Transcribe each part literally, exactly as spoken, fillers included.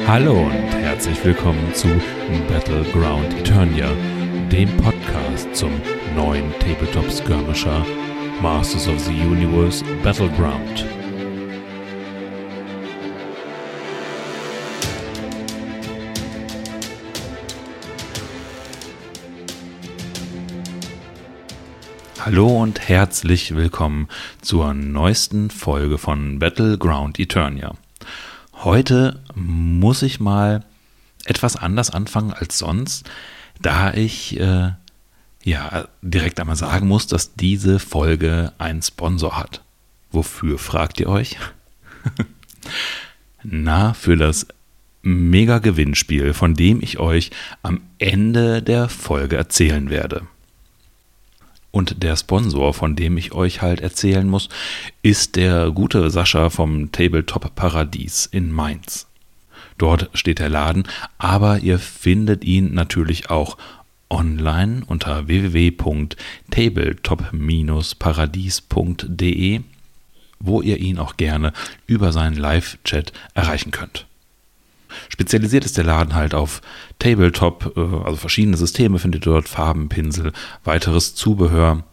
Hallo und herzlich willkommen zu Battleground Eternia, dem Podcast zum neuen Tabletop-Skirmisher Masters of the Universe Battleground. Hallo und herzlich willkommen zur neuesten Folge von Battleground Eternia. Heute muss ich mal etwas anders anfangen als sonst, da ich äh, ja direkt einmal sagen muss, dass diese Folge einen Sponsor hat. Wofür, fragt ihr euch? Na, für das Mega-Gewinnspiel, von dem ich euch am Ende der Folge erzählen werde. Und der Sponsor, von dem ich euch halt erzählen muss, ist der gute Sascha vom Tabletop Paradies in Mainz. Dort steht der Laden, aber ihr findet ihn natürlich auch online unter w w w punkt tabletop dash paradies punkt d e, wo ihr ihn auch gerne über seinen Live-Chat erreichen könnt. Spezialisiert ist der Laden halt auf Tabletop, also verschiedene Systeme findet ihr dort, Farben, Pinsel, weiteres Zubehör.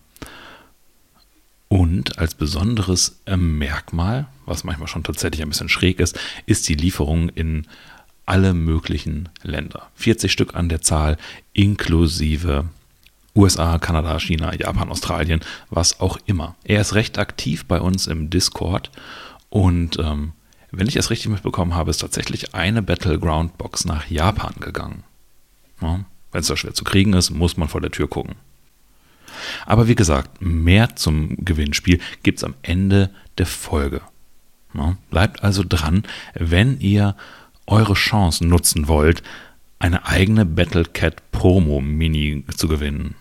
Und als besonderes Merkmal, was manchmal schon tatsächlich ein bisschen schräg ist, ist die Lieferung in alle möglichen Länder. vierzig Stück an der Zahl, inklusive U S A, Kanada, China, Japan, Australien, was auch immer. Er ist recht aktiv bei uns im Discord und ähm, wenn ich es richtig mitbekommen habe, ist tatsächlich eine Battleground-Box nach Japan gegangen. Ja, wenn es da schwer zu kriegen ist, muss man vor der Tür gucken. Aber wie gesagt, mehr zum Gewinnspiel gibt es am Ende der Folge. Ja, bleibt also dran, wenn ihr eure Chance nutzen wollt, eine eigene Battlecat Promo-Mini zu gewinnen.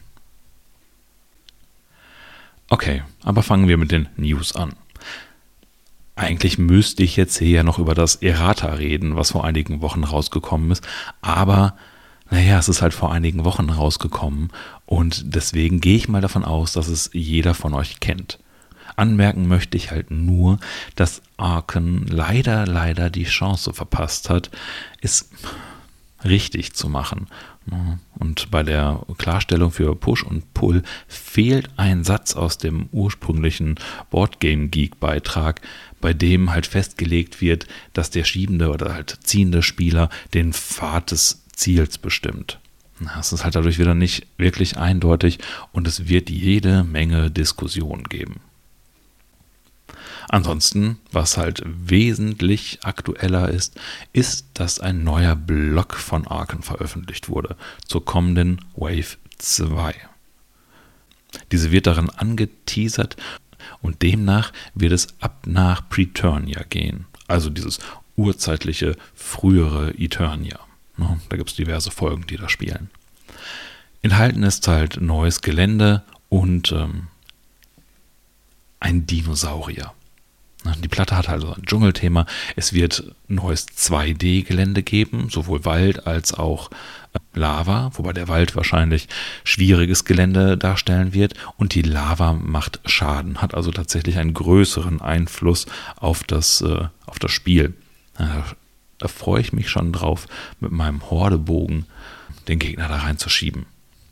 Okay, aber fangen wir mit den News an. Eigentlich müsste ich jetzt hier ja noch über das Errata reden, was vor einigen Wochen rausgekommen ist, aber naja, es ist halt vor einigen Wochen rausgekommen und deswegen gehe ich mal davon aus, dass es jeder von euch kennt. Anmerken möchte ich halt nur, dass Arken leider, leider die Chance verpasst hat, es richtig zu machen. Und bei der Klarstellung für Push und Pull fehlt ein Satz aus dem ursprünglichen Boardgame Geek Beitrag, bei dem halt festgelegt wird, dass der schiebende oder halt ziehende Spieler den Pfad des Ziels bestimmt. Das ist halt dadurch wieder nicht wirklich eindeutig und es wird jede Menge Diskussion geben. Ansonsten, was halt wesentlich aktueller ist, ist, dass ein neuer Blog von Arken veröffentlicht wurde zur kommenden Wave zwei. Diese wird darin angeteasert und demnach wird es ab nach Preternia gehen, also dieses urzeitliche, frühere Eternia. Da gibt es diverse Folgen, die da spielen. Enthalten ist halt neues Gelände und ähm, ein Dinosaurier. Die Platte hat also ein Dschungelthema. Es wird neues zwei D Gelände geben, sowohl Wald als auch Lava, wobei der Wald wahrscheinlich schwieriges Gelände darstellen wird und die Lava macht Schaden, hat also tatsächlich einen größeren Einfluss auf das, äh, auf das Spiel. Da, da freue ich mich schon drauf, mit meinem Hordebogen den Gegner da reinzuschieben.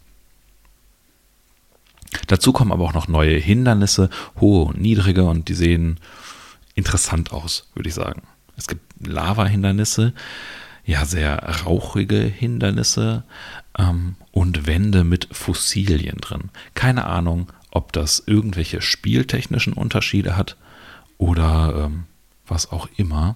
Dazu kommen aber auch noch neue Hindernisse, hohe und niedrige, und die sehen interessant aus, würde ich sagen. Es gibt Lava-Hindernisse, ja, sehr rauchige Hindernisse ähm, und Wände mit Fossilien drin. Keine Ahnung, ob das irgendwelche spieltechnischen Unterschiede hat oder ähm, was auch immer.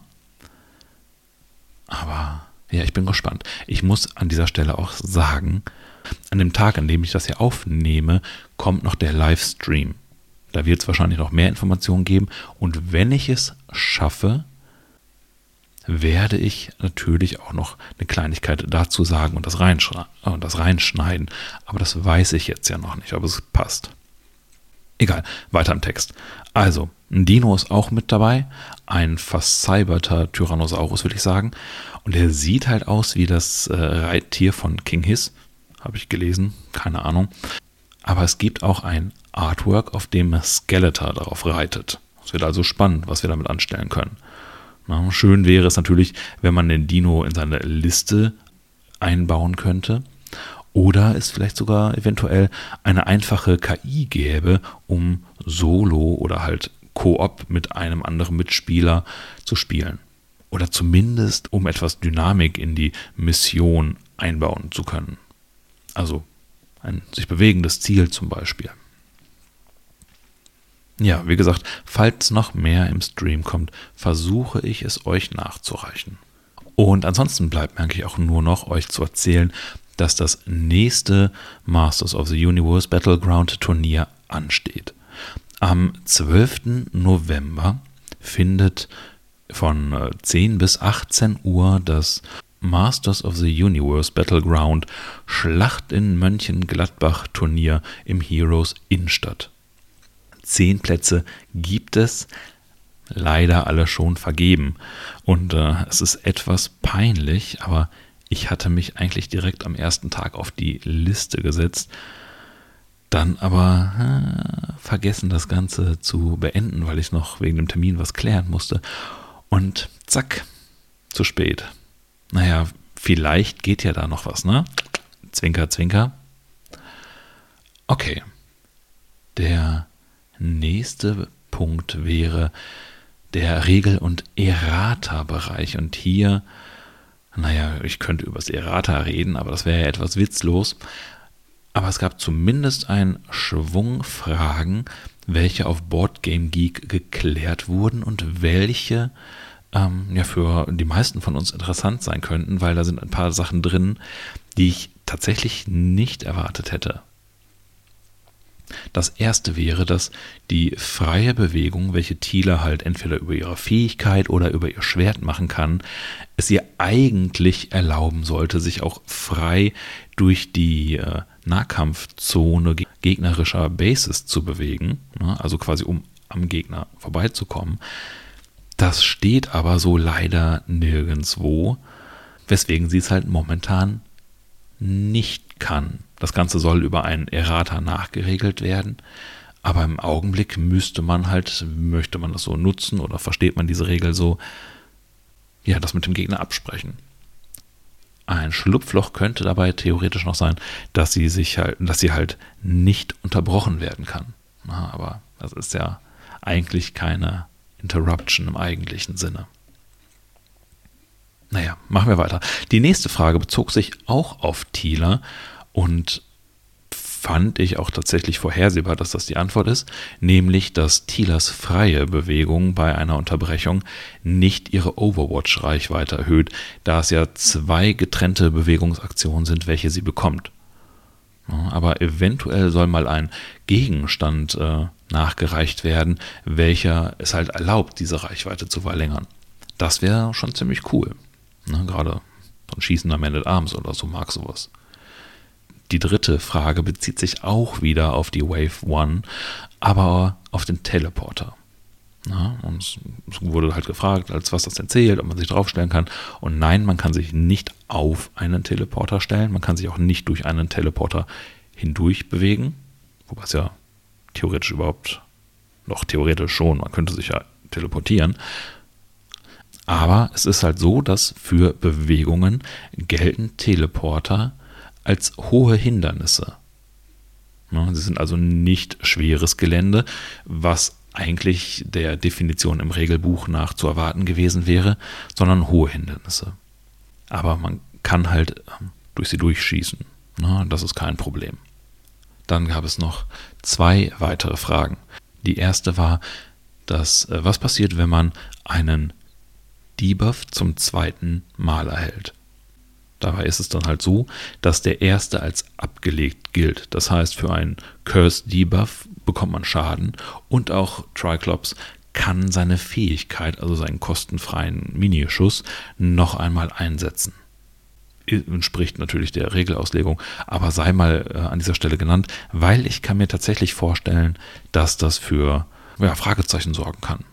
Aber ja, ich bin gespannt. Ich muss an dieser Stelle auch sagen, an dem Tag, an dem ich das hier aufnehme, kommt noch der Livestream. Da wird es wahrscheinlich noch mehr Informationen geben. Und wenn ich es schaffe, werde ich natürlich auch noch eine Kleinigkeit dazu sagen und das, reinschre- und das reinschneiden. Aber das weiß ich jetzt ja noch nicht, ob es passt. Egal, weiter im Text. Also, ein Dino ist auch mit dabei. Ein vercyberter Tyrannosaurus, würde ich sagen. Und er sieht halt aus wie das äh, Reittier von King Hiss. Habe ich gelesen, keine Ahnung. Aber es gibt auch ein Artwork, auf dem Skeletor darauf reitet. Es wird also spannend, was wir damit anstellen können. Na, schön wäre es natürlich, wenn man den Dino in seine Liste einbauen könnte oder es vielleicht sogar eventuell eine einfache K I gäbe, um Solo oder halt Koop mit einem anderen Mitspieler zu spielen. Oder zumindest, um etwas Dynamik in die Mission einbauen zu können. Also ein sich bewegendes Ziel zum Beispiel. Ja, wie gesagt, falls noch mehr im Stream kommt, versuche ich es euch nachzureichen. Und ansonsten bleibt mir eigentlich auch nur noch euch zu erzählen, dass das nächste Masters of the Universe Battleground Turnier ansteht. Am zwölften November findet von zehn bis achtzehn Uhr das Masters of the Universe Battleground Schlacht in Mönchengladbach Turnier im Heroes Inn statt. Zehn Plätze gibt es, leider alle schon vergeben. Und äh, es ist etwas peinlich, aber ich hatte mich eigentlich direkt am ersten Tag auf die Liste gesetzt, dann aber äh, vergessen, das Ganze zu beenden, weil ich noch wegen dem Termin was klären musste. Und zack, zu spät. Naja, vielleicht geht ja da noch was, ne? Zwinker, zwinker. Okay. Der nächste Punkt wäre der Regel- und Errata-Bereich. Und hier, naja, ich könnte über das Errata reden, aber das wäre ja etwas witzlos. Aber es gab zumindest einen Schwung Fragen, welche auf BoardGameGeek geklärt wurden und welche ähm, ja für die meisten von uns interessant sein könnten, weil da sind ein paar Sachen drin, die ich tatsächlich nicht erwartet hätte. Das erste wäre, dass die freie Bewegung, welche Thiele halt entweder über ihre Fähigkeit oder über ihr Schwert machen kann, es ihr eigentlich erlauben sollte, sich auch frei durch die äh, Nahkampfzone gegnerischer Bases zu bewegen, ne? Also quasi um am Gegner vorbeizukommen. Das steht aber so leider nirgendwo, weswegen sie es halt momentan nicht kann. Das Ganze soll über einen Errata nachgeregelt werden, aber im Augenblick müsste man halt, möchte man das so nutzen oder versteht man diese Regel so, ja, das mit dem Gegner absprechen. Ein Schlupfloch könnte dabei theoretisch noch sein, dass sie sich halt, dass sie halt nicht unterbrochen werden kann. Na, aber das ist ja eigentlich keine Interruption im eigentlichen Sinne. Naja, machen wir weiter. Die nächste Frage bezog sich auch auf Thieler und fand ich auch tatsächlich vorhersehbar, dass das die Antwort ist, nämlich, dass Thielers freie Bewegung bei einer Unterbrechung nicht ihre Overwatch-Reichweite erhöht, da es ja zwei getrennte Bewegungsaktionen sind, welche sie bekommt. Aber eventuell soll mal ein Gegenstand äh, nachgereicht werden, welcher es halt erlaubt, diese Reichweite zu verlängern. Das wäre schon ziemlich cool. Ne, gerade so ein schießender Man at Arms oder so mag sowas. Die dritte Frage bezieht sich auch wieder auf die Wave One, aber auf den Teleporter. Ja, und es wurde halt gefragt, als was das denn zählt, ob man sich draufstellen kann. Und nein, man kann sich nicht auf einen Teleporter stellen. Man kann sich auch nicht durch einen Teleporter hindurch bewegen. Wobei es ja theoretisch überhaupt, noch theoretisch schon, man könnte sich ja teleportieren. Aber es ist halt so, dass für Bewegungen gelten Teleporter als hohe Hindernisse. Ja, sie sind also nicht schweres Gelände, was eigentlich der Definition im Regelbuch nach zu erwarten gewesen wäre, sondern hohe Hindernisse. Aber man kann halt durch sie durchschießen. Na, das ist kein Problem. Dann gab es noch zwei weitere Fragen. Die erste war, dass, was passiert, wenn man einen Debuff zum zweiten Mal erhält. Dabei ist es dann halt so, dass der erste als abgelegt gilt. Das heißt, für einen Cursed Debuff bekommt man Schaden und auch Triclops kann seine Fähigkeit, also seinen kostenfreien Minischuss, noch einmal einsetzen. Entspricht natürlich der Regelauslegung, aber sei mal äh, an dieser Stelle genannt, weil ich kann mir tatsächlich vorstellen, dass das für ja, Fragezeichen sorgen kann.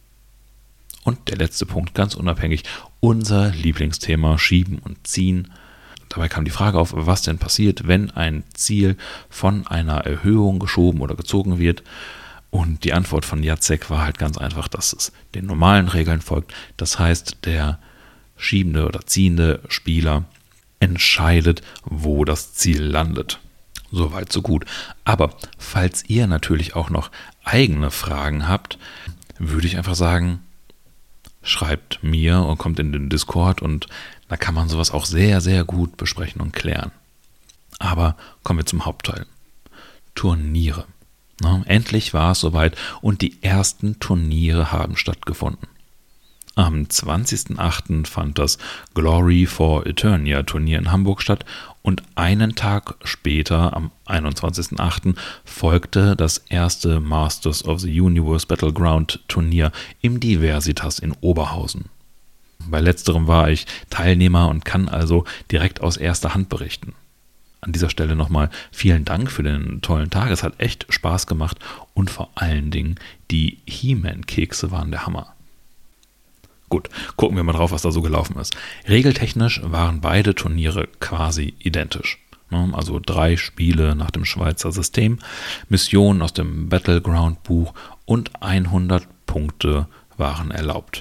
Und der letzte Punkt, ganz unabhängig, unser Lieblingsthema Schieben und Ziehen. Dabei kam die Frage auf, was denn passiert, wenn ein Ziel von einer Erhöhung geschoben oder gezogen wird Und die Antwort von Jacek war halt ganz einfach, dass es den normalen Regeln folgt. Das heißt, der schiebende oder ziehende Spieler entscheidet, wo das Ziel landet. Soweit, so gut. Aber falls ihr natürlich auch noch eigene Fragen habt, würde ich einfach sagen, schreibt mir und kommt in den Discord und da kann man sowas auch sehr, sehr gut besprechen und klären. Aber kommen wir zum Hauptteil. Turniere. Na, endlich war es soweit und die ersten Turniere haben stattgefunden. Am zwanzigsten achten fand das Glory for Eternia Turnier in Hamburg statt und einen Tag später, am einundzwanzigsten achten folgte das erste Masters of the Universe Battleground Turnier im Diversitas in Oberhausen. Bei letzterem war ich Teilnehmer und kann also direkt aus erster Hand berichten. An dieser Stelle nochmal vielen Dank für den tollen Tag. Es hat echt Spaß gemacht und vor allen Dingen die He-Man-Kekse waren der Hammer. Gut, gucken wir mal drauf, was da so gelaufen ist. Regeltechnisch waren beide Turniere quasi identisch. Also drei Spiele nach dem Schweizer System, Missionen aus dem Battleground-Buch und hundert Punkte waren erlaubt.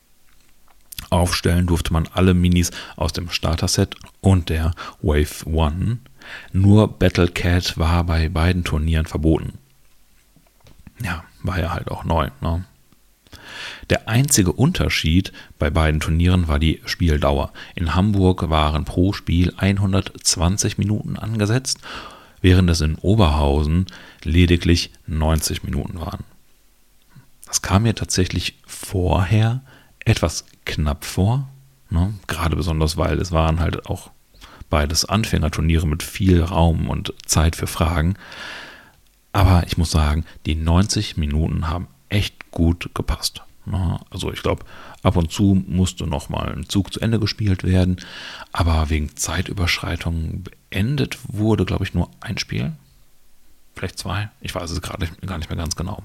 Aufstellen durfte man alle Minis aus dem Starter-Set und der Wave One. Nur Battlecat war bei beiden Turnieren verboten. Ja, war ja halt auch neu, ne? Der einzige Unterschied bei beiden Turnieren war die Spieldauer. In Hamburg waren pro Spiel hundertzwanzig Minuten angesetzt, während es in Oberhausen lediglich neunzig Minuten waren. Das kam mir tatsächlich vorher etwas knapp vor, ne? Gerade besonders, weil es waren halt auch beides Anfängerturniere mit viel Raum und Zeit für Fragen. Aber ich muss sagen, die neunzig Minuten haben echt gut gepasst. Also ich glaube, ab und zu musste nochmal ein Zug zu Ende gespielt werden, aber wegen Zeitüberschreitung beendet wurde, glaube ich, nur ein Spiel. Vielleicht zwei, ich weiß es gerade gar nicht mehr ganz genau.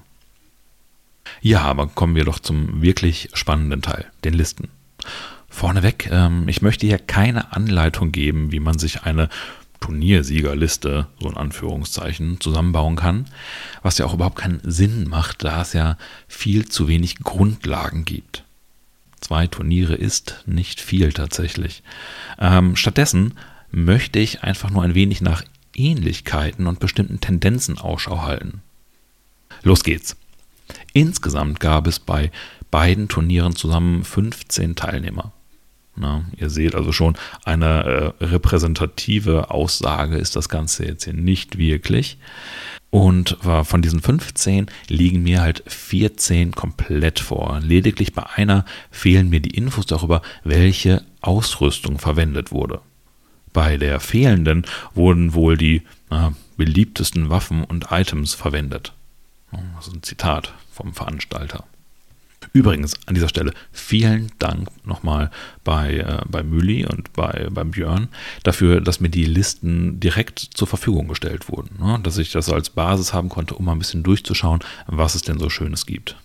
Ja, aber kommen wir doch zum wirklich spannenden Teil, den Listen. Vorneweg, ähm, ich möchte hier keine Anleitung geben, wie man sich eine Turniersiegerliste, so in Anführungszeichen, zusammenbauen kann, was ja auch überhaupt keinen Sinn macht, da es ja viel zu wenig Grundlagen gibt. Zwei Turniere ist nicht viel tatsächlich. Ähm, stattdessen möchte ich einfach nur ein wenig nach Ähnlichkeiten und bestimmten Tendenzen Ausschau halten. Los geht's. Insgesamt gab es bei beiden Turnieren zusammen fünfzehn Teilnehmer. Na, ihr seht also schon, eine äh, repräsentative Aussage ist das Ganze jetzt hier nicht wirklich. Und äh, von diesen fünfzehn liegen mir halt vierzehn komplett vor. Lediglich bei einer fehlen mir die Infos darüber, welche Ausrüstung verwendet wurde. Bei der fehlenden wurden wohl die äh, beliebtesten Waffen und Items verwendet. Das ist ein Zitat vom Veranstalter. Übrigens an dieser Stelle vielen Dank nochmal bei, äh, bei Müli und bei, bei Björn dafür, dass mir die Listen direkt zur Verfügung gestellt wurden. Ne? Dass ich das als Basis haben konnte, um mal ein bisschen durchzuschauen, was es denn so Schönes gibt.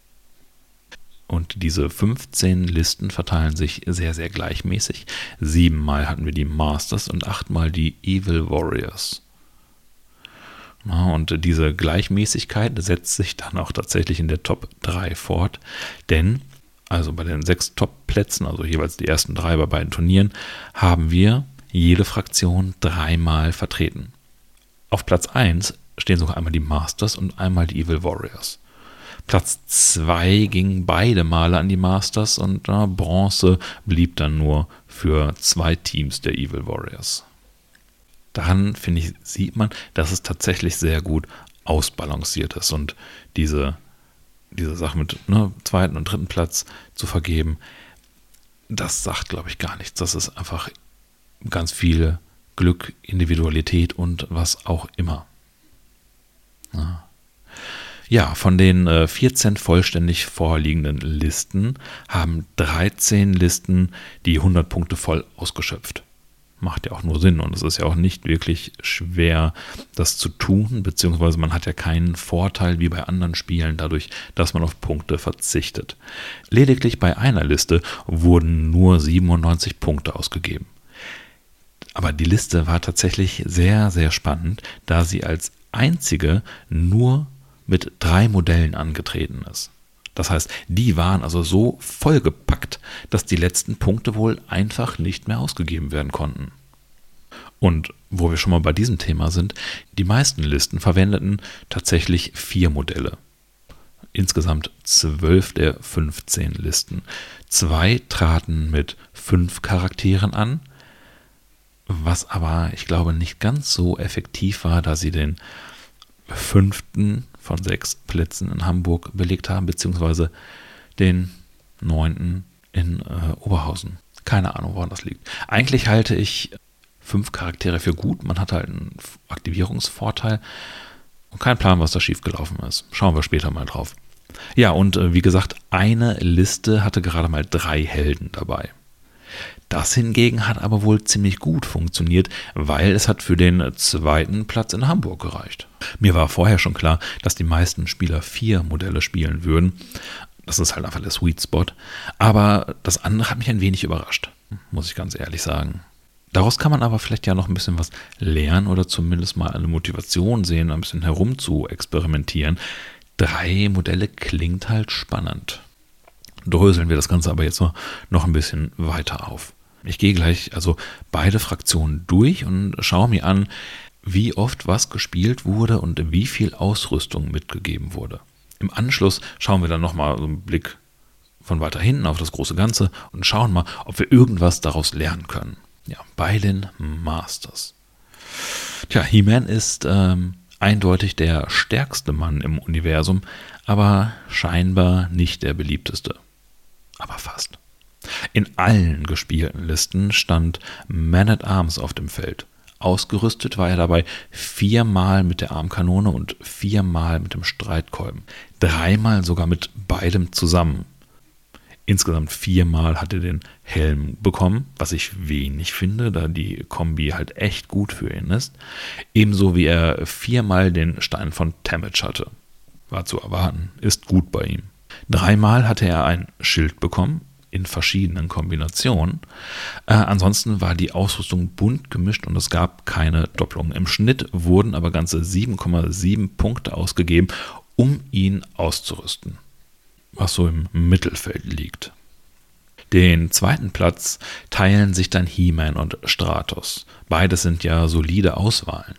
Und diese fünfzehn Listen verteilen sich sehr, sehr gleichmäßig. Siebenmal hatten wir die Masters und achtmal die Evil Warriors. Ja, und diese Gleichmäßigkeit setzt sich dann auch tatsächlich in der Top drei fort, denn also bei den sechs Top-Plätzen, also jeweils die ersten drei bei beiden Turnieren, haben wir jede Fraktion dreimal vertreten. Auf Platz eins stehen sogar einmal die Masters und einmal die Evil Warriors. Platz zwei ging beide Male an die Masters und na, Bronze blieb dann nur für zwei Teams der Evil Warriors. Daran, finde ich, sieht man, dass es tatsächlich sehr gut ausbalanciert ist und diese, diese Sache mit ne, zweiten und dritten Platz zu vergeben, das sagt, glaube ich, gar nichts. Das ist einfach ganz viel Glück, Individualität und was auch immer. Ja, ja von den äh, vierzehn vollständig vorliegenden Listen haben dreizehn Listen die hundert Punkte voll ausgeschöpft. Macht ja auch nur Sinn und es ist ja auch nicht wirklich schwer, das zu tun, beziehungsweise man hat ja keinen Vorteil wie bei anderen Spielen dadurch, dass man auf Punkte verzichtet. Lediglich bei einer Liste wurden nur siebenundneunzig Punkte ausgegeben. Aber die Liste war tatsächlich sehr, sehr spannend, da sie als einzige nur mit drei Modellen angetreten ist. Das heißt, die waren also so vollgepackt, dass die letzten Punkte wohl einfach nicht mehr ausgegeben werden konnten. Und wo wir schon mal bei diesem Thema sind, die meisten Listen verwendeten tatsächlich vier Modelle. Insgesamt zwölf der fünfzehn Listen. Zwei traten mit fünf Charakteren an, was aber, ich glaube, nicht ganz so effektiv war, da sie den fünften von sechs Plätzen in Hamburg belegt haben, beziehungsweise den neunten in äh, Oberhausen. Keine Ahnung, woran das liegt. Eigentlich halte ich fünf Charaktere für gut. Man hat halt einen Aktivierungsvorteil und keinen Plan, was da schiefgelaufen ist. Schauen wir später mal drauf. Ja, und äh, wie gesagt, eine Liste hatte gerade mal drei Helden dabei. Das hingegen hat aber wohl ziemlich gut funktioniert, weil es hat für den zweiten Platz in Hamburg gereicht. Mir war vorher schon klar, dass die meisten Spieler vier Modelle spielen würden. Das ist halt einfach der Sweet Spot. Aber das andere hat mich ein wenig überrascht, muss ich ganz ehrlich sagen. Daraus kann man aber vielleicht ja noch ein bisschen was lernen oder zumindest mal eine Motivation sehen, ein bisschen herum zu experimentieren. Drei Modelle klingt halt spannend. Dröseln wir das Ganze aber jetzt noch ein bisschen weiter auf. Ich gehe gleich also beide Fraktionen durch und schaue mir an, wie oft was gespielt wurde und wie viel Ausrüstung mitgegeben wurde. Im Anschluss schauen wir dann nochmal so einen Blick von weiter hinten auf das große Ganze und schauen mal, ob wir irgendwas daraus lernen können. Ja, bei den Masters. Tja, He-Man ist ähm, eindeutig der stärkste Mann im Universum, aber scheinbar nicht der beliebteste. Aber fast. In allen gespielten Listen stand Man-at-Arms auf dem Feld. Ausgerüstet war er dabei viermal mit der Armkanone und viermal mit dem Streitkolben. Dreimal sogar mit beidem zusammen. Insgesamt viermal hat er den Helm bekommen, was ich wenig finde, da die Kombi halt echt gut für ihn ist. Ebenso wie er viermal den Stein von Tamage hatte. War zu erwarten, ist gut bei ihm. Dreimal hatte er ein Schild bekommen, in verschiedenen Kombinationen. Äh, ansonsten war die Ausrüstung bunt gemischt und es gab keine Doppelungen. Im Schnitt wurden aber ganze sieben Komma sieben Punkte ausgegeben, um ihn auszurüsten, was so im Mittelfeld liegt. Den zweiten Platz teilen sich dann He-Man und Stratos. Beides sind ja solide Auswahlen.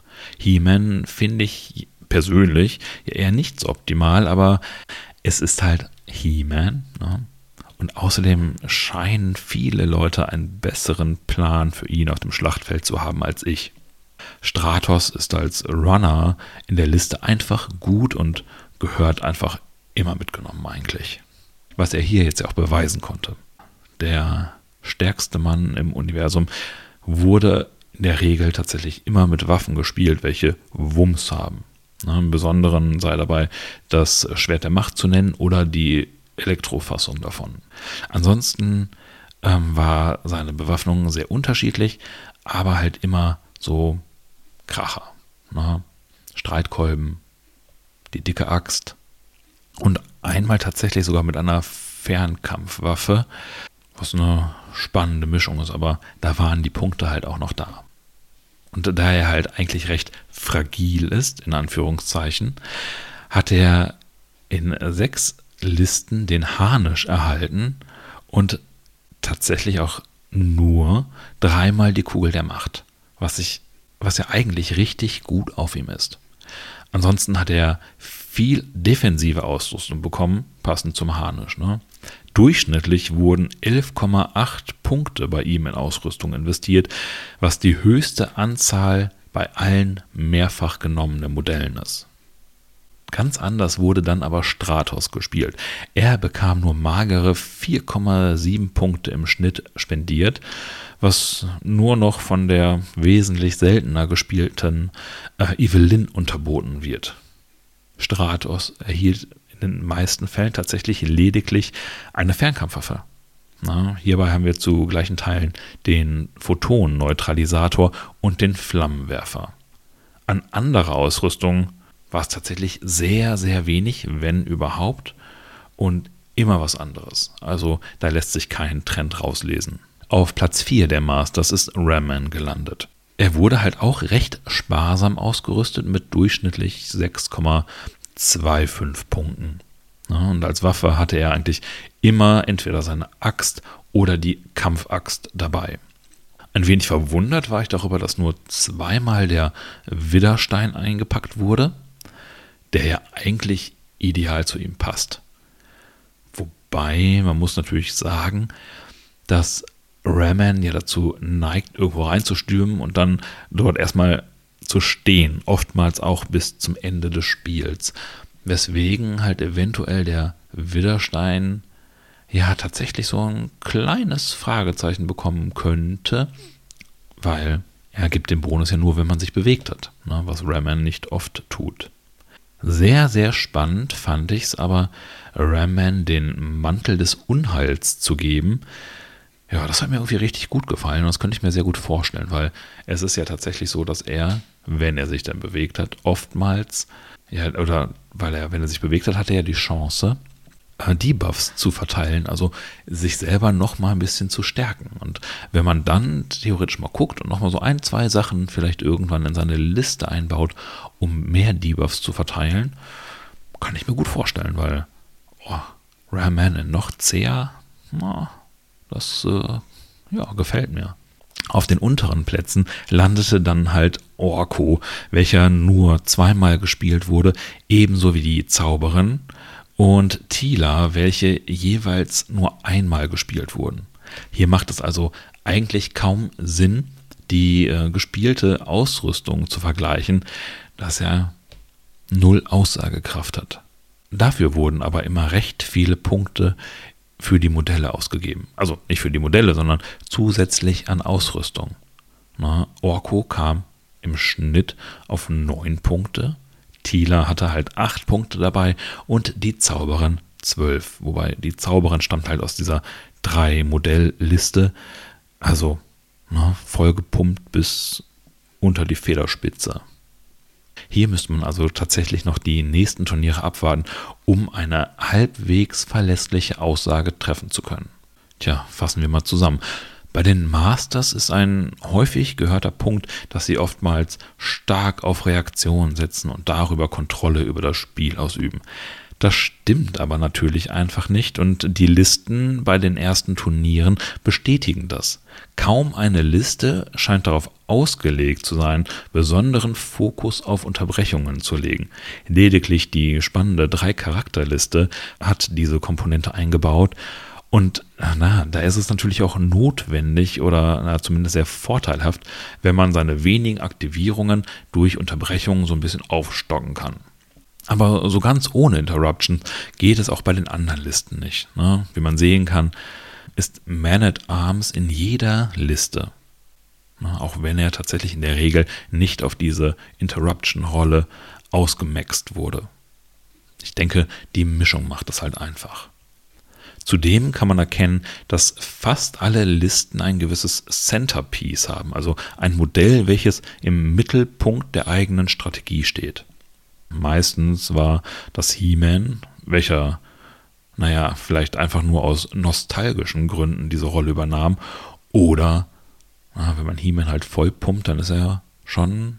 He-Man finde ich persönlich ja eher nicht so optimal, aber es ist halt He-Man, ne? Und außerdem scheinen viele Leute einen besseren Plan für ihn auf dem Schlachtfeld zu haben als ich. Stratos ist als Runner in der Liste einfach gut und gehört einfach immer mitgenommen eigentlich. Was er hier jetzt auch beweisen konnte. Der stärkste Mann im Universum wurde in der Regel tatsächlich immer mit Waffen gespielt, welche Wumms haben. Im Besonderen sei dabei das Schwert der Macht zu nennen oder die Elektrofassung davon. Ansonsten ähm, war seine Bewaffnung sehr unterschiedlich, aber halt immer so Kracher. Ne? Streitkolben, die dicke Axt und einmal tatsächlich sogar mit einer Fernkampfwaffe, was eine spannende Mischung ist, aber da waren die Punkte halt auch noch da. Und da er halt eigentlich recht fragil ist, in Anführungszeichen, hat er in sechs Listen den Harnisch erhalten und tatsächlich auch nur dreimal die Kugel der Macht, was, ich, was ja eigentlich richtig gut auf ihm ist. Ansonsten hat er viel defensive Ausrüstung bekommen, passend zum Harnisch. Ne? Durchschnittlich wurden elf Komma acht Punkte bei ihm in Ausrüstung investiert, was die höchste Anzahl bei allen mehrfach genommenen Modellen ist. Ganz anders wurde dann aber Stratos gespielt. Er bekam nur magere vier Komma sieben Punkte im Schnitt spendiert, was nur noch von der wesentlich seltener gespielten äh, Evelyn unterboten wird. Stratos erhielt in den meisten Fällen tatsächlich lediglich eine Fernkampfwaffe. Na, hierbei haben wir zu gleichen Teilen den Photonneutralisator und den Flammenwerfer. An anderer Ausrüstung war es tatsächlich sehr, sehr wenig, wenn überhaupt, und immer was anderes. Also da lässt sich kein Trend rauslesen. Auf Platz vier der Masters ist Ram-Man gelandet. Er wurde halt auch recht sparsam ausgerüstet mit durchschnittlich sechs Komma zwei Fünf-Punkten. Ja, und als Waffe hatte er eigentlich immer entweder seine Axt oder die Kampfaxt dabei. Ein wenig verwundert war ich darüber, dass nur zweimal der Widderstein eingepackt wurde, der ja eigentlich ideal zu ihm passt. Wobei, man muss natürlich sagen, dass Ram-Man ja dazu neigt, irgendwo reinzustürmen und dann dort erstmal zu stehen, oftmals auch bis zum Ende des Spiels. Weswegen halt eventuell der Widderstein ja tatsächlich so ein kleines Fragezeichen bekommen könnte, weil er gibt den Bonus ja nur, wenn man sich bewegt hat, ne, was Ram-Man nicht oft tut. Sehr, sehr spannend fand ich es aber, Ram-Man den Mantel des Unheils zu geben. Ja, das hat mir irgendwie richtig gut gefallen und das könnte ich mir sehr gut vorstellen, weil es ist ja tatsächlich so, dass er, wenn er sich dann bewegt hat, oftmals, ja, oder weil er, wenn er sich bewegt hat, hatte er die Chance, Debuffs zu verteilen, also sich selber noch mal ein bisschen zu stärken. Und wenn man dann theoretisch mal guckt und noch mal so ein, zwei Sachen vielleicht irgendwann in seine Liste einbaut, um mehr Debuffs zu verteilen, kann ich mir gut vorstellen, weil oh, Ram-Man in noch zäher, na, das äh, ja, gefällt mir. Auf den unteren Plätzen landete dann halt Orko, welcher nur zweimal gespielt wurde, ebenso wie die Zauberin, und Teela, welche jeweils nur einmal gespielt wurden. Hier macht es also eigentlich kaum Sinn, die äh, gespielte Ausrüstung zu vergleichen, dass er null Aussagekraft hat. Dafür wurden aber immer recht viele Punkte für die Modelle ausgegeben. Also nicht für die Modelle, sondern zusätzlich an Ausrüstung. Na, Orko kam im Schnitt auf neun Punkte. Teela hatte halt acht Punkte dabei und die Zauberin zwölf. Wobei die Zauberin stammt halt aus dieser drei Modellliste. Also na, vollgepumpt bis unter die Federspitze. Hier müsste man also tatsächlich noch die nächsten Turniere abwarten, um eine halbwegs verlässliche Aussage treffen zu können. Tja, fassen wir mal zusammen. Bei den Masters ist ein häufig gehörter Punkt, dass sie oftmals stark auf Reaktion setzen und darüber Kontrolle über das Spiel ausüben. Das stimmt aber natürlich einfach nicht und die Listen bei den ersten Turnieren bestätigen das. Kaum eine Liste scheint darauf ausgelegt zu sein, besonderen Fokus auf Unterbrechungen zu legen. Lediglich die spannende Drei-Charakter-Liste hat diese Komponente eingebaut. Und na, da ist es natürlich auch notwendig oder na, zumindest sehr vorteilhaft, wenn man seine wenigen Aktivierungen durch Unterbrechungen so ein bisschen aufstocken kann. Aber so ganz ohne Interruption geht es auch bei den anderen Listen nicht. Ne? Wie man sehen kann, ist Man-at-Arms in jeder Liste. Ne? Auch wenn er tatsächlich in der Regel nicht auf diese Interruption-Rolle ausgemaxt wurde. Ich denke, die Mischung macht es halt einfach. Zudem kann man erkennen, dass fast alle Listen ein gewisses Centerpiece haben, also ein Modell, welches im Mittelpunkt der eigenen Strategie steht. Meistens war das He-Man, welcher, naja, vielleicht einfach nur aus nostalgischen Gründen diese Rolle übernahm. Oder, na, wenn man He-Man halt voll pumpt, dann ist er schon,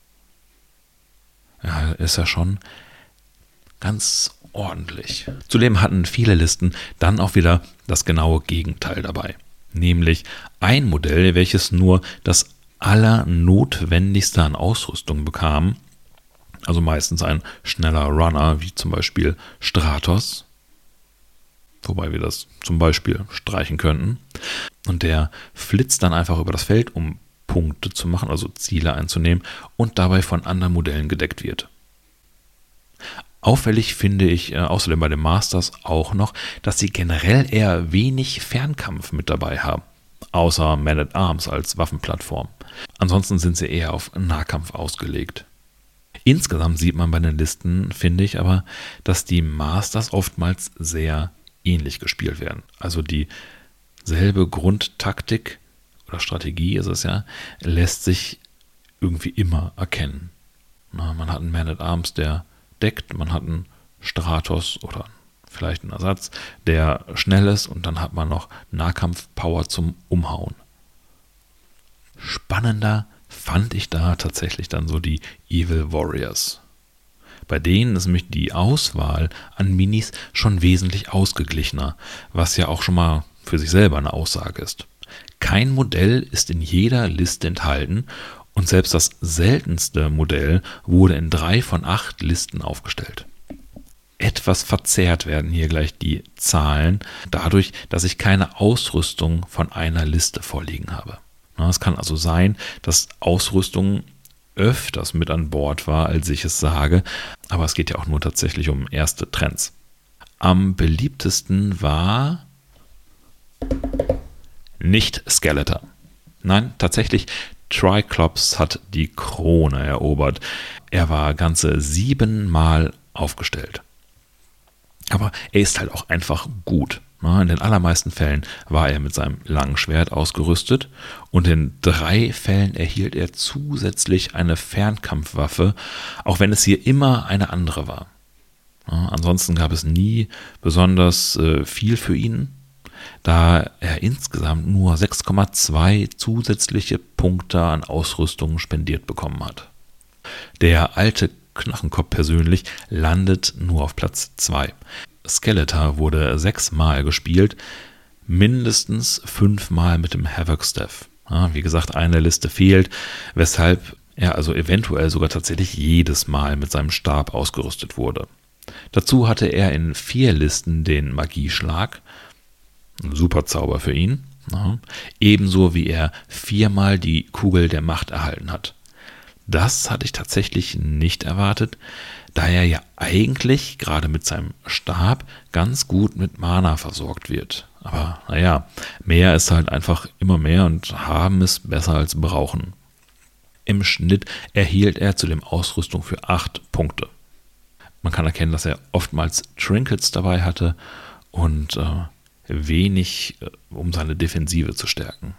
ja, ist er schon ganz ordentlich. Zudem hatten viele Listen dann auch wieder das genaue Gegenteil dabei. Nämlich ein Modell, welches nur das Allernotwendigste an Ausrüstung bekam. Also meistens ein schneller Runner, wie zum Beispiel Stratos, wobei wir das zum Beispiel streichen könnten. Und der flitzt dann einfach über das Feld, um Punkte zu machen, also Ziele einzunehmen und dabei von anderen Modellen gedeckt wird. Auffällig finde ich äh, außerdem bei den Masters auch noch, dass sie generell eher wenig Fernkampf mit dabei haben, außer Man-at-Arms als Waffenplattform. Ansonsten sind sie eher auf Nahkampf ausgelegt. Insgesamt sieht man bei den Listen, finde ich aber, dass die Masters oftmals sehr ähnlich gespielt werden. Also dieselbe Grundtaktik oder Strategie ist es ja, lässt sich irgendwie immer erkennen. Na, man hat einen Man-at-Arms, der deckt, man hat einen Stratos oder vielleicht einen Ersatz, der schnell ist und dann hat man noch Nahkampf-Power zum Umhauen. Spannender fand ich da tatsächlich dann so die Evil Warriors. Bei denen ist nämlich die Auswahl an Minis schon wesentlich ausgeglichener, was ja auch schon mal für sich selber eine Aussage ist. Kein Modell ist in jeder Liste enthalten und selbst das seltenste Modell wurde in drei von acht Listen aufgestellt. Etwas verzerrt werden hier gleich die Zahlen, dadurch, dass ich keine Ausrüstung von einer Liste vorliegen habe. Es kann also sein, dass Ausrüstung öfters mit an Bord war, als ich es sage, aber es geht ja auch nur tatsächlich um erste Trends. Am beliebtesten war nicht Skeletor. Nein, tatsächlich, Triclops hat die Krone erobert. Er war ganze siebenmal aufgestellt. Aber er ist halt auch einfach gut. In den allermeisten Fällen war er mit seinem langen Schwert ausgerüstet und in drei Fällen erhielt er zusätzlich eine Fernkampfwaffe, auch wenn es hier immer eine andere war. Ansonsten gab es nie besonders äh, viel für ihn, da er insgesamt nur sechs Komma zwei zusätzliche Punkte an Ausrüstung spendiert bekommen hat. Der alte Knochenkopf persönlich landet nur auf Platz zwei. Skeletor wurde sechsmal gespielt, mindestens fünfmal mit dem Havoc Staff. Ja, wie gesagt, eine Liste fehlt, weshalb er also eventuell sogar tatsächlich jedes Mal mit seinem Stab ausgerüstet wurde. Dazu hatte er in vier Listen den Magieschlag, ein super Zauber für ihn, ja, ebenso wie er viermal die Kugel der Macht erhalten hat. Das hatte ich tatsächlich nicht erwartet, da er ja eigentlich gerade mit seinem Stab ganz gut mit Mana versorgt wird. Aber naja, mehr ist halt einfach immer mehr und haben ist besser als brauchen. Im Schnitt erhielt er zudem Ausrüstung für acht Punkte. Man kann erkennen, dass er oftmals Trinkets dabei hatte und äh, wenig, äh, um seine Defensive zu stärken.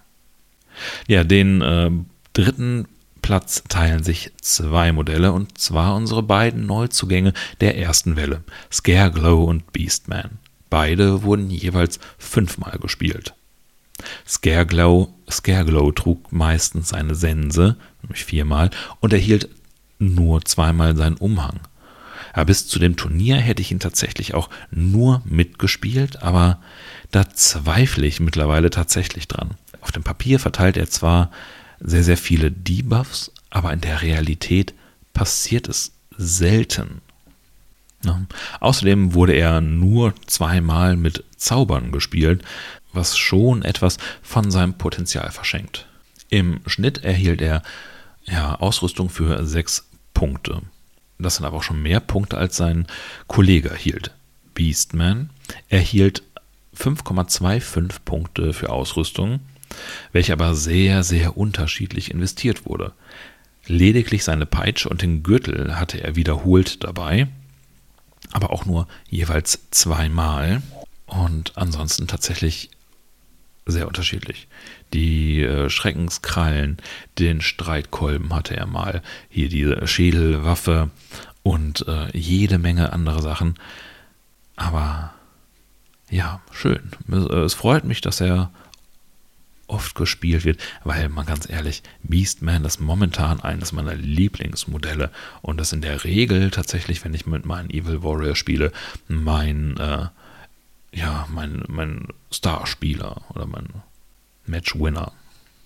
Ja, den äh, dritten Platz teilen sich zwei Modelle, und zwar unsere beiden Neuzugänge der ersten Welle, Scareglow und Beastman. Beide wurden jeweils fünfmal gespielt. Scareglow, Scareglow trug meistens seine Sense, nämlich viermal, und erhielt nur zweimal seinen Umhang. Ja, bis zu dem Turnier hätte ich ihn tatsächlich auch nur mitgespielt, aber da zweifle ich mittlerweile tatsächlich dran. Auf dem Papier verteilt er zwar sehr, sehr viele Debuffs, aber in der Realität passiert es selten. Ja. Außerdem wurde er nur zweimal mit Zaubern gespielt, was schon etwas von seinem Potenzial verschenkt. Im Schnitt erhielt er ja, Ausrüstung für sechs Punkte. Das sind aber auch schon mehr Punkte, als sein Kollege erhielt. Beastman erhielt fünf Komma fünfundzwanzig Punkte für Ausrüstung, welche aber sehr, sehr unterschiedlich investiert wurde. Lediglich seine Peitsche und den Gürtel hatte er wiederholt dabei, aber auch nur jeweils zweimal und ansonsten tatsächlich sehr unterschiedlich. Die äh, Schreckenskrallen, den Streitkolben hatte er mal, hier diese Schädelwaffe und äh, jede Menge andere Sachen. Aber ja, schön. Es freut mich, dass er oft gespielt wird, weil, mal ganz ehrlich, Beastman ist momentan eines meiner Lieblingsmodelle und das in der Regel tatsächlich, wenn ich mit meinen Evil Warrior spiele, mein, äh, ja, mein, mein Starspieler oder mein Matchwinner.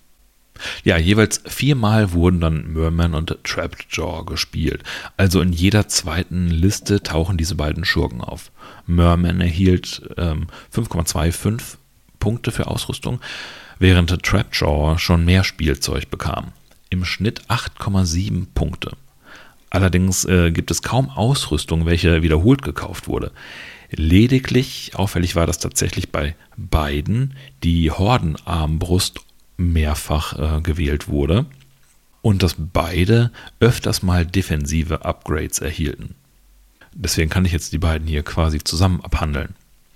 Ja, jeweils viermal wurden dann Merman und Trapped Jaw gespielt. Also in jeder zweiten Liste tauchen diese beiden Schurken auf. Merman erhielt ähm, fünf Komma fünfundzwanzig Punkte für Ausrüstung, während Trapped Jaw schon mehr Spielzeug bekam. Im Schnitt acht Komma sieben Punkte. Allerdings äh, gibt es kaum Ausrüstung, welche wiederholt gekauft wurde. Lediglich auffällig war das tatsächlich bei beiden, die Hordenarmbrust mehrfach äh, gewählt wurde und dass beide öfters mal defensive Upgrades erhielten. Deswegen kann ich jetzt die beiden hier quasi zusammen abhandeln.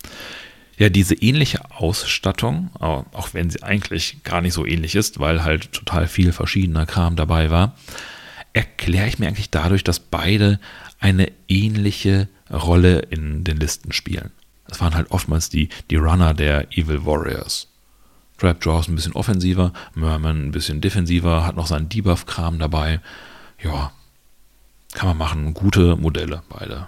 Ja, diese ähnliche Ausstattung, auch wenn sie eigentlich gar nicht so ähnlich ist, weil halt total viel verschiedener Kram dabei war, erkläre ich mir eigentlich dadurch, dass beide eine ähnliche Rolle in den Listen spielen. Das waren halt oftmals die, die Runner der Evil Warriors. Trapped Jaw ist ein bisschen offensiver, Merman ein bisschen defensiver, hat noch seinen Debuff-Kram dabei. Ja, Kann man machen, gute Modelle beide.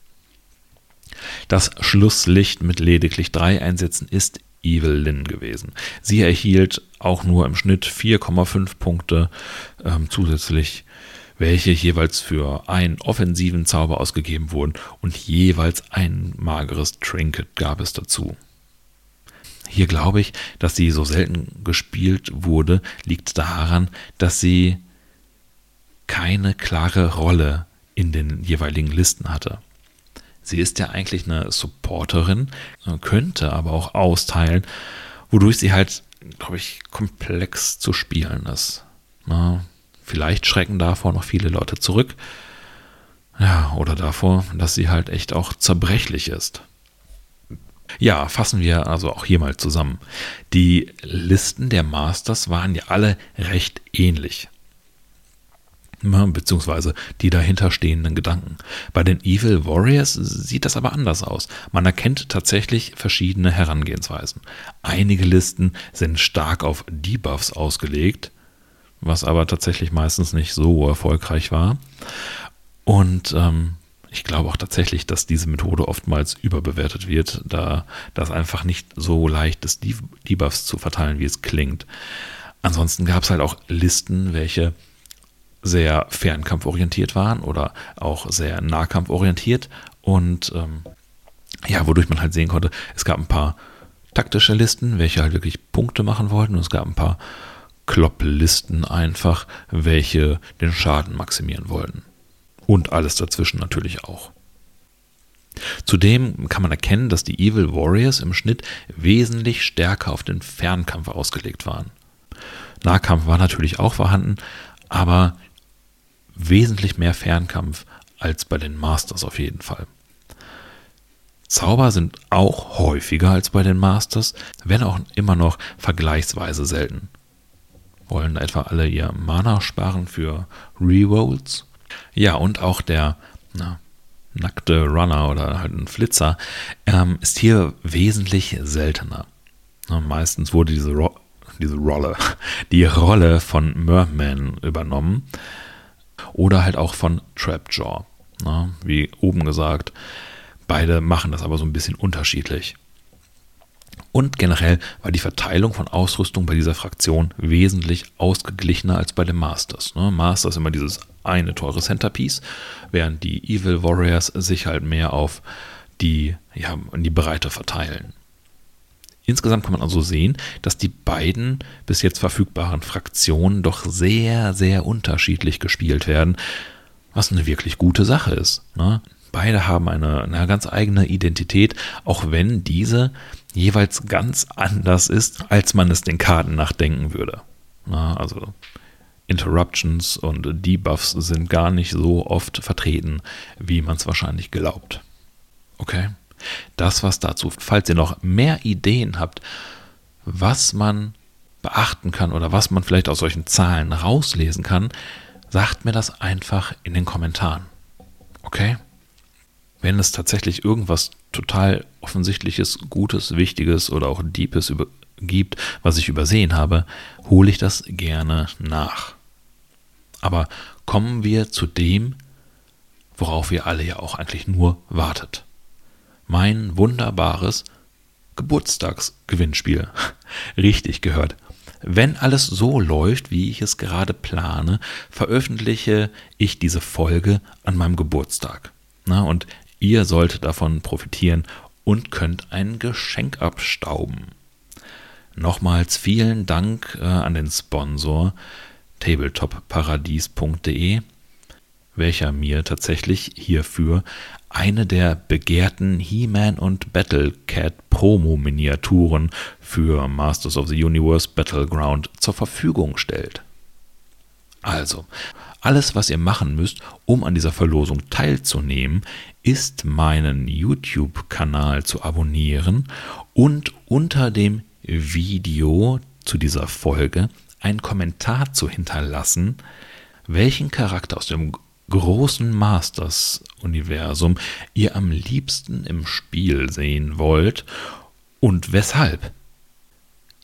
Das Schlusslicht mit lediglich drei Einsätzen ist Evelyn gewesen. Sie erhielt auch nur im Schnitt vier Komma fünf Punkte ähm, zusätzlich, welche jeweils für einen offensiven Zauber ausgegeben wurden und jeweils ein mageres Trinket gab es dazu. Hier glaube ich, dass sie so selten gespielt wurde, liegt daran, dass sie keine klare Rolle in den jeweiligen Listen hatte. Sie ist ja eigentlich eine Supporterin, könnte aber auch austeilen, wodurch sie halt, glaube ich, komplex zu spielen ist. Na, vielleicht schrecken davor noch viele Leute zurück. Ja, oder davor, dass sie halt echt auch zerbrechlich ist. Ja, fassen wir also auch hier mal zusammen. Die Listen der Masters waren ja alle recht ähnlich. Beziehungsweise die dahinterstehenden Gedanken. Bei den Evil Warriors sieht das aber anders aus. Man erkennt tatsächlich verschiedene Herangehensweisen. Einige Listen sind stark auf Debuffs ausgelegt, was aber tatsächlich meistens nicht so erfolgreich war. Und ähm, ich glaube auch tatsächlich, dass diese Methode oftmals überbewertet wird, da das einfach nicht so leicht ist, Debuffs zu verteilen, wie es klingt. Ansonsten gab es halt auch Listen, welche sehr fernkampforientiert waren oder auch sehr nahkampforientiert und ähm, ja, wodurch man halt sehen konnte, es gab ein paar taktische Listen, welche halt wirklich Punkte machen wollten und es gab ein paar Klopp-Listen einfach, welche den Schaden maximieren wollten. Und alles dazwischen natürlich auch. Zudem kann man erkennen, dass die Evil Warriors im Schnitt wesentlich stärker auf den Fernkampf ausgelegt waren. Nahkampf war natürlich auch vorhanden, aber wesentlich mehr Fernkampf als bei den Masters auf jeden Fall. Zauber sind auch häufiger als bei den Masters, wenn auch immer noch vergleichsweise selten. Wollen etwa alle ihr Mana sparen für Rerolls? Ja, und auch der na, nackte Runner oder halt ein Flitzer ähm, ist hier wesentlich seltener. Na, meistens wurde diese, Ro- diese Rolle, die Rolle von Merman übernommen. Oder halt auch von Trapjaw. Na, wie oben gesagt, beide machen das aber so ein bisschen unterschiedlich. Und generell war die Verteilung von Ausrüstung bei dieser Fraktion wesentlich ausgeglichener als bei den Masters. Ne? Masters immer dieses eine teure Centerpiece, während die Evil Warriors sich halt mehr auf die, ja, in die Breite verteilen. Insgesamt kann man also sehen, dass die beiden bis jetzt verfügbaren Fraktionen doch sehr, sehr unterschiedlich gespielt werden, was eine wirklich gute Sache ist. Ne? Beide haben eine, eine ganz eigene Identität, auch wenn diese jeweils ganz anders ist, als man es den Karten nach denken würde. Na, also Interruptions und Debuffs sind gar nicht so oft vertreten, wie man es wahrscheinlich glaubt. Okay? Das was dazu. Falls ihr noch mehr Ideen habt, was man beachten kann oder was man vielleicht aus solchen Zahlen rauslesen kann, sagt mir das einfach in den Kommentaren. Okay? Wenn es tatsächlich irgendwas total Offensichtliches, Gutes, Wichtiges oder auch Deepes über- gibt, was ich übersehen habe, hole ich das gerne nach. Aber kommen wir zu dem, worauf ihr alle ja auch eigentlich nur wartet. Mein wunderbares Geburtstagsgewinnspiel. Richtig gehört. Wenn alles so läuft, wie ich es gerade plane, veröffentliche ich diese Folge an meinem Geburtstag. Na, und ihr solltet davon profitieren und könnt ein Geschenk abstauben. Nochmals vielen Dank äh, an den Sponsor tabletop paradies punkt de, welcher mir tatsächlich hierfür eine der begehrten He-Man und Battlecat Promo-Miniaturen für Masters of the Universe Battleground zur Verfügung stellt. Also, alles, was ihr machen müsst, um an dieser Verlosung teilzunehmen, ist meinen YouTube-Kanal zu abonnieren und unter dem Video zu dieser Folge einen Kommentar zu hinterlassen, welchen Charakter aus dem großen Masters-Universum ihr am liebsten im Spiel sehen wollt und weshalb.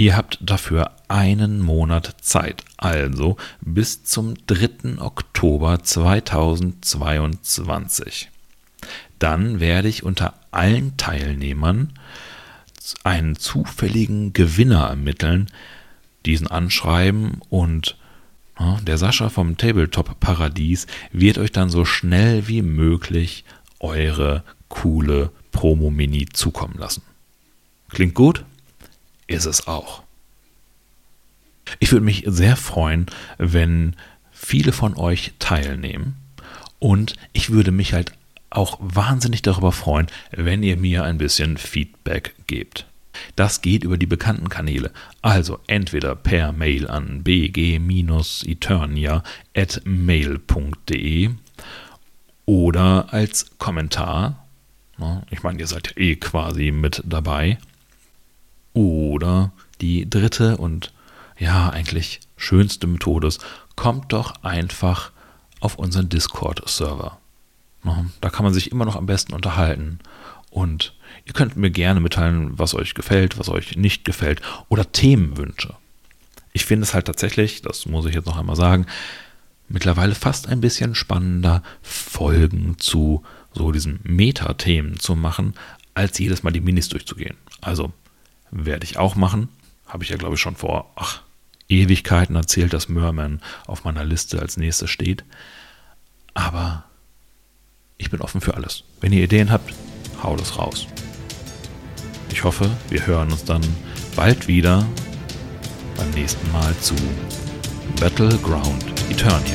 Ihr habt dafür einen Monat Zeit, also bis zum dritten Oktober zweitausendzweiundzwanzig. Dann werde ich unter allen Teilnehmern einen zufälligen Gewinner ermitteln, diesen anschreiben und ja, der Sascha vom Tabletop Paradies wird euch dann so schnell wie möglich eure coole Promo-Mini zukommen lassen. Klingt gut? Ist es auch. Ich würde mich sehr freuen, wenn viele von euch teilnehmen und ich würde mich halt auch wahnsinnig darüber freuen, wenn ihr mir ein bisschen Feedback gebt. Das geht über die bekannten Kanäle, also entweder per Mail an b g eternia at mail punkt de oder als Kommentar, ich meine, ihr seid ja eh quasi mit dabei, oder die dritte und ja, eigentlich schönste Methode ist, kommt doch einfach auf unseren Discord-Server. Da kann man sich immer noch am besten unterhalten und ihr könnt mir gerne mitteilen, was euch gefällt, was euch nicht gefällt oder Themenwünsche. Ich finde es halt tatsächlich, das muss ich jetzt noch einmal sagen, mittlerweile fast ein bisschen spannender, Folgen zu so diesen Meta-Themen zu machen, als jedes Mal die Minis durchzugehen. Also werde ich auch machen, habe ich ja glaube ich schon vor ach, Ewigkeiten erzählt, dass Merman auf meiner Liste als nächstes steht. Aber ich bin offen für alles. Wenn ihr Ideen habt, haut es raus. Ich hoffe, wir hören uns dann bald wieder beim nächsten Mal zu Battleground Eternia.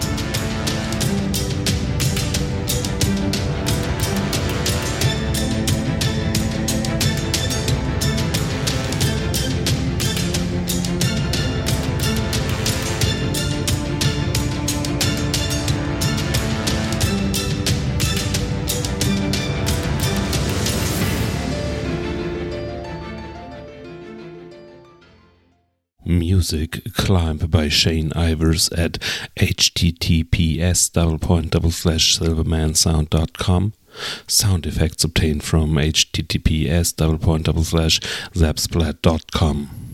Music Climb by Shane Ivers at https double point double slash silvermansound dot com. Sound effects obtained from https double point double slash zapsplat dot com.